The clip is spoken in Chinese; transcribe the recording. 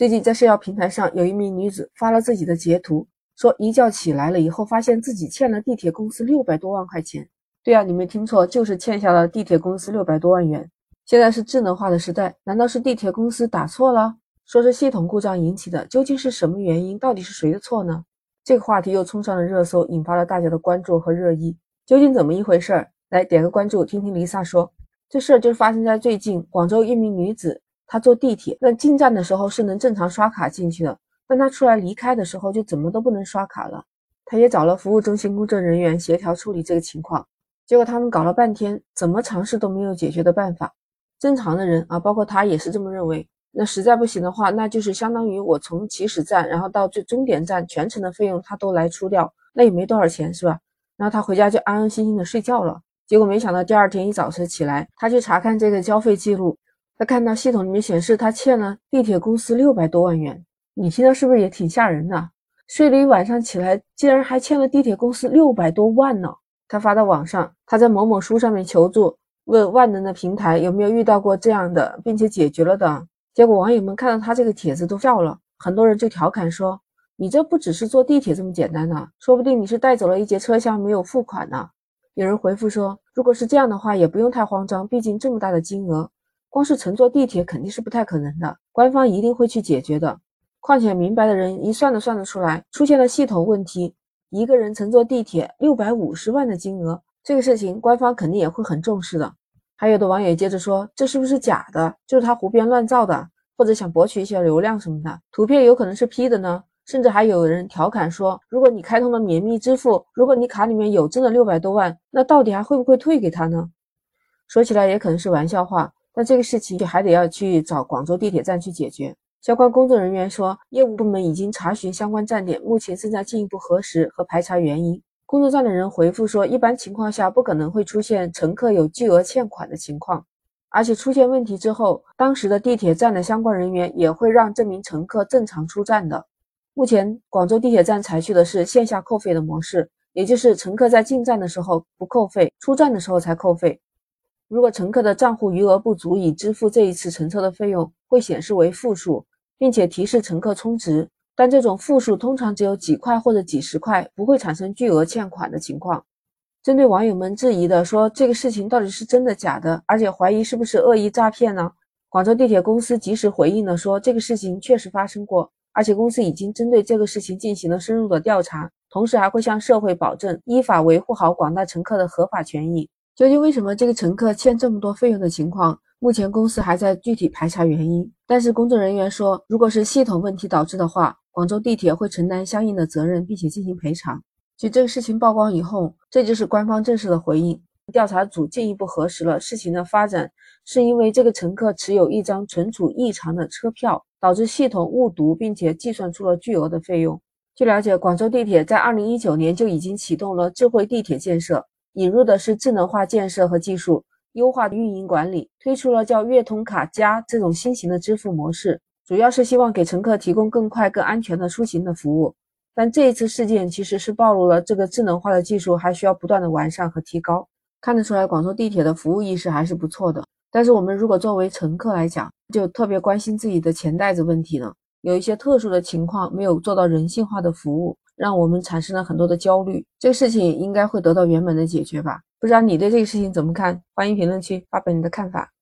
最近在社交平台上有一名女子发了自己的截图，说一觉起来了以后发现自己欠了地铁公司600多万块钱。对啊，你没听错，就是欠下了地铁公司600多万元。现在是智能化的时代，难道是地铁公司打错了？说是系统故障引起的，究竟是什么原因？到底是谁的错呢？这个话题又冲上了热搜，引发了大家的关注和热议。究竟怎么一回事？来点个关注，听听Lisa说。这事儿就是发生在最近，广州一名女子，她坐地铁，那进站的时候是能正常刷卡进去的，但她出来离开的时候就怎么都不能刷卡了。她也找了服务中心工作人员协调处理这个情况，结果他们搞了半天，怎么尝试都没有解决的办法。正常的人啊，包括她也是这么认为，那实在不行的话，那就是相当于我从起始站然后到最终点站全程的费用他都来出掉，那也没多少钱是吧？然后他回家就安安心心的睡觉了。结果没想到第二天一早晨起来，他去查看这个交费记录，他看到系统里面显示他欠了地铁公司600多万元。你听到是不是也挺吓人的？睡了一晚上起来竟然还欠了地铁公司600多万呢。他发到网上，他在某某书上面求助，问万能的平台有没有遇到过这样的并且解决了的。结果网友们看到他这个帖子都笑了，很多人就调侃说，你这不只是坐地铁这么简单呢，说不定你是带走了一节车厢没有付款呢。有人回复说，如果是这样的话也不用太慌张，毕竟这么大的金额，光是乘坐地铁肯定是不太可能的，官方一定会去解决的。况且明白的人一算都算得出来，出现了系统问题，一个人乘坐地铁650万的金额，这个事情官方肯定也会很重视的。还有的网友接着说，这是不是假的？就是他胡编乱造的，或者想博取一些流量什么的，图片有可能是 P 的呢。甚至还有人调侃说，如果你开通了免密支付，如果你卡里面有真的600多万，那到底还会不会退给他呢？说起来也可能是玩笑话，但这个事情还得要去找广州地铁站去解决。相关工作人员说，业务部门已经查询相关站点，目前正在进一步核实和排查原因。工作站的人回复说，一般情况下不可能会出现乘客有巨额欠款的情况，而且出现问题之后，当时的地铁站的相关人员也会让这名乘客正常出站的。目前广州地铁站采取的是线下扣费的模式，也就是乘客在进站的时候不扣费，出站的时候才扣费。如果乘客的账户余额不足以支付这一次乘车的费用，会显示为负数，并且提示乘客充值，但这种负数通常只有几块或者几十块，不会产生巨额欠款的情况。针对网友们质疑的说这个事情到底是真的假的，而且怀疑是不是恶意诈骗呢？广州地铁公司及时回应了说，这个事情确实发生过，而且公司已经针对这个事情进行了深入的调查，同时还会向社会保证依法维护好广大乘客的合法权益。究竟为什么这个乘客欠这么多费用的情况，目前公司还在具体排查原因，但是工作人员说，如果是系统问题导致的话，广州地铁会承担相应的责任，并且进行赔偿。据这个事情曝光以后，这就是官方正式的回应。调查组进一步核实了事情的发展，是因为这个乘客持有一张存储异常的车票，导致系统误读，并且计算出了巨额的费用。据了解，广州地铁在2019年就已经启动了智慧地铁建设，引入的是智能化建设和技术，优化运营管理，推出了叫粤通卡加这种新型的支付模式，主要是希望给乘客提供更快更安全的出行的服务。但这一次事件其实是暴露了这个智能化的技术还需要不断的完善和提高。看得出来广州地铁的服务意识还是不错的，但是我们如果作为乘客来讲，就特别关心自己的钱袋子问题了。有一些特殊的情况没有做到人性化的服务，让我们产生了很多的焦虑，这个事情应该会得到圆满的解决吧。不知道你对这个事情怎么看？欢迎评论区发表你的看法。